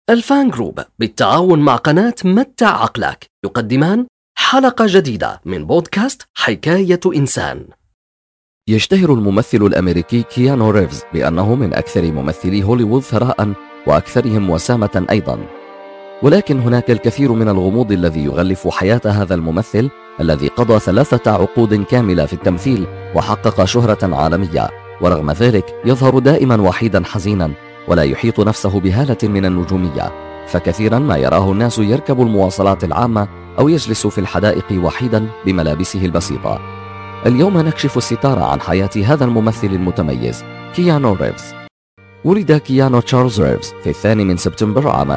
الفان جروب بالتعاون مع قناة متع عقلك يقدمان حلقة جديدة من بودكاست حكاية إنسان. يشتهر الممثل الأمريكي كيانو ريفز بأنه من أكثر ممثلي هوليوود ثراء وأكثرهم وسامة أيضا، ولكن هناك الكثير من الغموض الذي يغلف حياة هذا الممثل الذي قضى 3 عقود كاملة في التمثيل وحقق شهرة عالمية، ورغم ذلك يظهر دائما وحيدا حزينا ولا يحيط نفسه بهالة من النجومية، فكثيرا ما يراه الناس يركب المواصلات العامة أو يجلس في الحدائق وحيدا بملابسه البسيطة. اليوم نكشف الستار عن حياة هذا الممثل المتميز كيانو ريفز. ولد كيانو تشارلز ريفز في 2 سبتمبر عام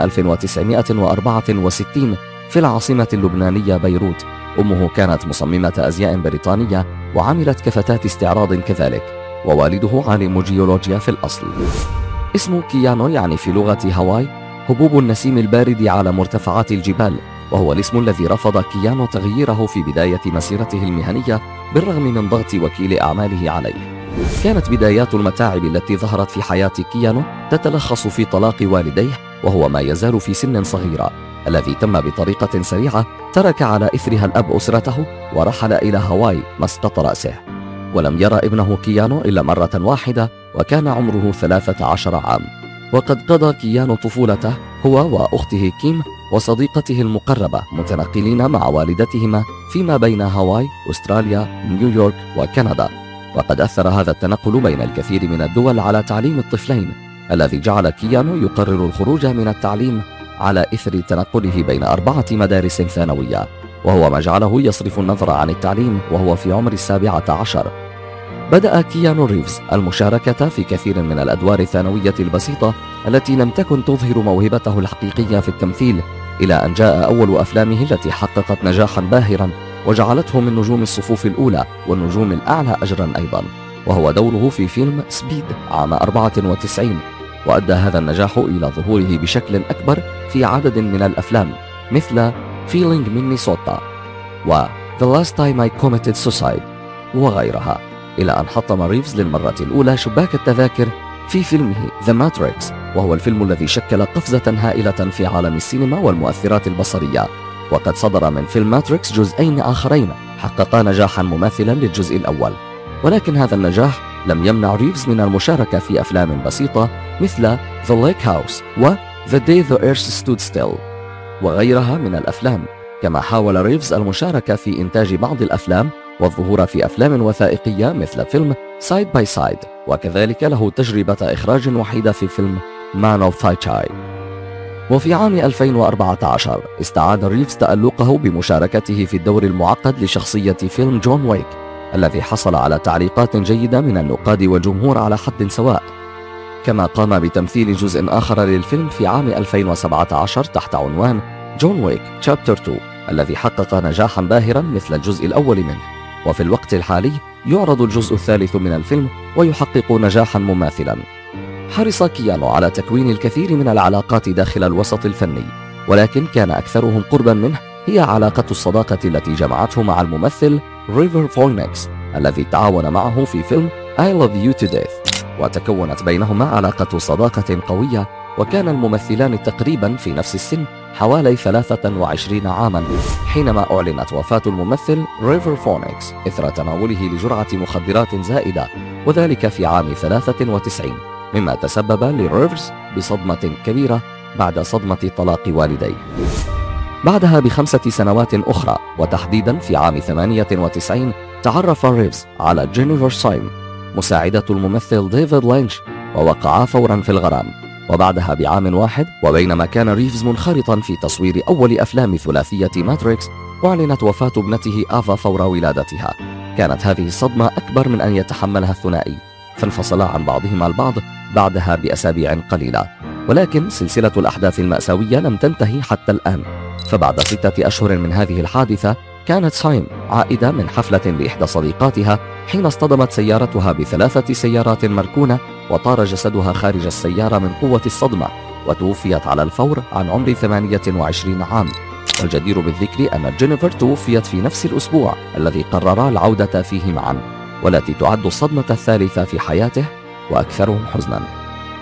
1964 في العاصمة اللبنانية بيروت. أمه كانت مصممة أزياء بريطانية وعملت كفتاة استعراض كذلك، ووالده عالم جيولوجيا في الأصل. اسم كيانو يعني في لغة هاواي هبوب النسيم البارد على مرتفعات الجبال، وهو الاسم الذي رفض كيانو تغييره في بداية مسيرته المهنية بالرغم من ضغط وكيل أعماله عليه. كانت بدايات المتاعب التي ظهرت في حياة كيانو تتلخص في طلاق والديه، وهو ما يزال في سن صغيرة، الذي تم بطريقة سريعة ترك على إثرها الأب أسرته ورحل إلى هاواي مسقط رأسه، ولم يرى ابنه كيانو إلا مرة واحدة وكان عمره 13 عام. وقد قضى كيانو طفولته هو وأخته كيم وصديقته المقربة متنقلين مع والدتهما فيما بين هاواي، أستراليا، نيويورك وكندا. وقد أثر هذا التنقل بين الكثير من الدول على تعليم الطفلين، الذي جعل كيانو يقرر الخروج من التعليم على إثر تنقله بين 4 مدارس ثانوية، وهو ما جعله يصرف النظر عن التعليم وهو في عمر 17. بدأ كيانو ريفز المشاركة في كثير من الأدوار الثانوية البسيطة التي لم تكن تظهر موهبته الحقيقية في التمثيل، إلى أن جاء أول أفلامه التي حققت نجاحا باهرا وجعلته من نجوم الصفوف الأولى والنجوم الأعلى أجرا أيضا، وهو دوره في فيلم سبيد عام 94. وأدى هذا النجاح إلى ظهوره بشكل أكبر في عدد من الأفلام مثل Feeling Minnesota و The Last Time I Committed Suicide وغيرها، إلى أن حطم ريفز للمرة الأولى شباك التذاكر في فيلمه The Matrix، وهو الفيلم الذي شكل قفزة هائلة في عالم السينما والمؤثرات البصرية. وقد صدر من فيلم ماتريكس جزئين آخرين حققا نجاحا مماثلا للجزء الأول، ولكن هذا النجاح لم يمنع ريفز من المشاركة في أفلام بسيطة مثل The Lake House و The Day the Earth Stood Still وغيرها من الأفلام. كما حاول ريفز المشاركة في إنتاج بعض الأفلام والظهور في أفلام وثائقية مثل فيلم Side by Side، وكذلك له تجربة إخراج وحيدة في فيلم Man of Thai Chai. وفي عام 2014 استعاد ريفز تألقه بمشاركته في الدور المعقد لشخصية فيلم جون ويك، الذي حصل على تعليقات جيدة من النقاد والجمهور على حد سواء. كما قام بتمثيل جزء آخر للفيلم في عام 2017 تحت عنوان جون ويك Chapter 2، الذي حقق نجاحا باهرا مثل الجزء الأول منه. وفي الوقت الحالي يعرض الجزء الثالث من الفيلم ويحقق نجاحا مماثلا. حرص كيانو على تكوين الكثير من العلاقات داخل الوسط الفني، ولكن كان أكثرهم قربا منه هي علاقة الصداقة التي جمعته مع الممثل ريفر فوينيكس الذي تعاون معه في فيلم I Love You to Death، وتكونت بينهما علاقة صداقة قوية، وكان الممثلان تقريبا في نفس السن حوالي 23 عاما حينما أعلنت وفاة الممثل ريفر فوينيكس إثر تناوله لجرعة مخدرات زائدة، وذلك في عام 93، مما تسبب لريفرز بصدمة كبيرة بعد صدمة طلاق والديه. بعدها ب5 سنوات أخرى، وتحديدا في عام 98، تعرف ريفز على جينيفر سايم مساعدة الممثل ديفيد لينش، ووقعا فورا في الغرام. وبعدها بعام واحد، وبينما كان ريفز منخرطا في تصوير أول أفلام ثلاثية ماتريكس، أعلنت وفاة ابنته آفا فور ولادتها. كانت هذه الصدمة أكبر من أن يتحملها الثنائي، فانفصلا عن بعضهما البعض بعدها بأسابيع قليلة. ولكن سلسلة الأحداث المأساوية لم تنتهي حتى الآن، فبعد 6 أشهر من هذه الحادثة كانت سايم عائدة من حفلة لإحدى صديقاتها حين اصطدمت سيارتها ب3 سيارات مركونة، وطار جسدها خارج السيارة من قوة الصدمة، وتوفيت على الفور عن عمر 28 عام. والجدير بالذكر أن جينيفر توفيت في نفس الأسبوع الذي قررا العودة فيه معا، والتي تعد الصدمة الثالثة في حياته وأكثرهم حزنا.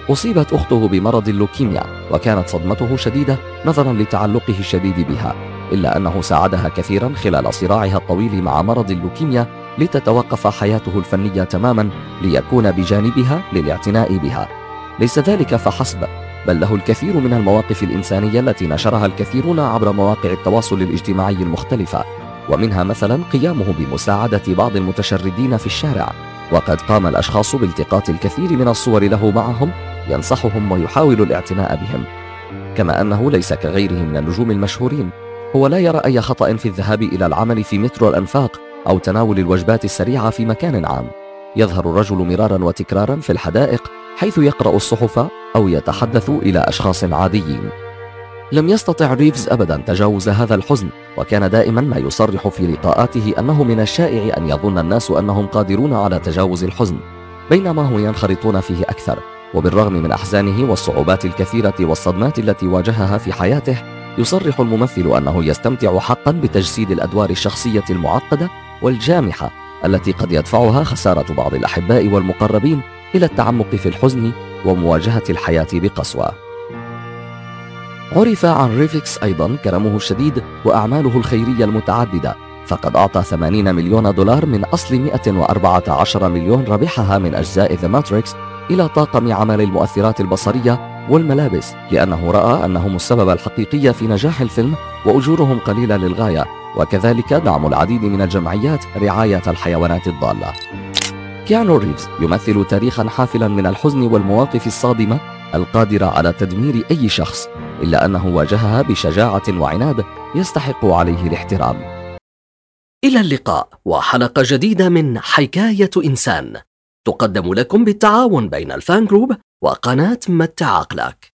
أصيبت أخته بمرض اللوكيميا، وكانت صدمته شديدة نظرا لتعلقه الشديد بها، إلا أنه ساعدها كثيرا خلال صراعها الطويل مع مرض اللوكيميا لتتوقف حياته الفنية تماما ليكون بجانبها للاعتناء بها. ليس ذلك فحسب، بل له الكثير من المواقف الإنسانية التي نشرها الكثيرون عبر مواقع التواصل الاجتماعي المختلفة، ومنها مثلا قيامه بمساعدة بعض المتشردين في الشارع، وقد قام الأشخاص بالتقاط الكثير من الصور له معهم ينصحهم ويحاول الاعتناء بهم. كما أنه ليس كغيره من النجوم المشهورين، هو لا يرى أي خطأ في الذهاب إلى العمل في مترو الأنفاق أو تناول الوجبات السريعة في مكان عام. يظهر الرجل مرارا وتكرارا في الحدائق حيث يقرأ الصحف أو يتحدث إلى أشخاص عاديين. لم يستطع ريفز أبدا تجاوز هذا الحزن، وكان دائما ما يصرح في لقاءاته أنه من الشائع أن يظن الناس أنهم قادرون على تجاوز الحزن، بينما هم ينخرطون فيه أكثر. وبالرغم من أحزانه والصعوبات الكثيرة والصدمات التي واجهها في حياته، يصرح الممثل أنه يستمتع حقا بتجسيد الأدوار الشخصية المعقدة والجامحة التي قد يدفعها خسارة بعض الأحباء والمقربين إلى التعمق في الحزن ومواجهة الحياة بقسوة. عرف عن ريفكس أيضا كرمه الشديد وأعماله الخيرية المتعددة، فقد أعطى 80 مليون دولار من أصل 114 مليون ربحها من أجزاء ذا ماتريكس إلى طاقم عمل المؤثرات البصرية والملابس، لأنه رأى أنهم السبب الحقيقي في نجاح الفيلم وأجورهم قليلة للغاية، وكذلك دعم العديد من الجمعيات رعاية الحيوانات الضالة. كيانو ريفز يمثل تاريخا حافلا من الحزن والمواقف الصادمة القادرة على تدمير أي شخص، إلا أنه واجهها بشجاعة وعناد يستحق عليه الاحترام. إلى اللقاء وحلقة جديدة من حكاية إنسان، تقدم لكم بالتعاون بين الفان جروب وقناة متع عقلك.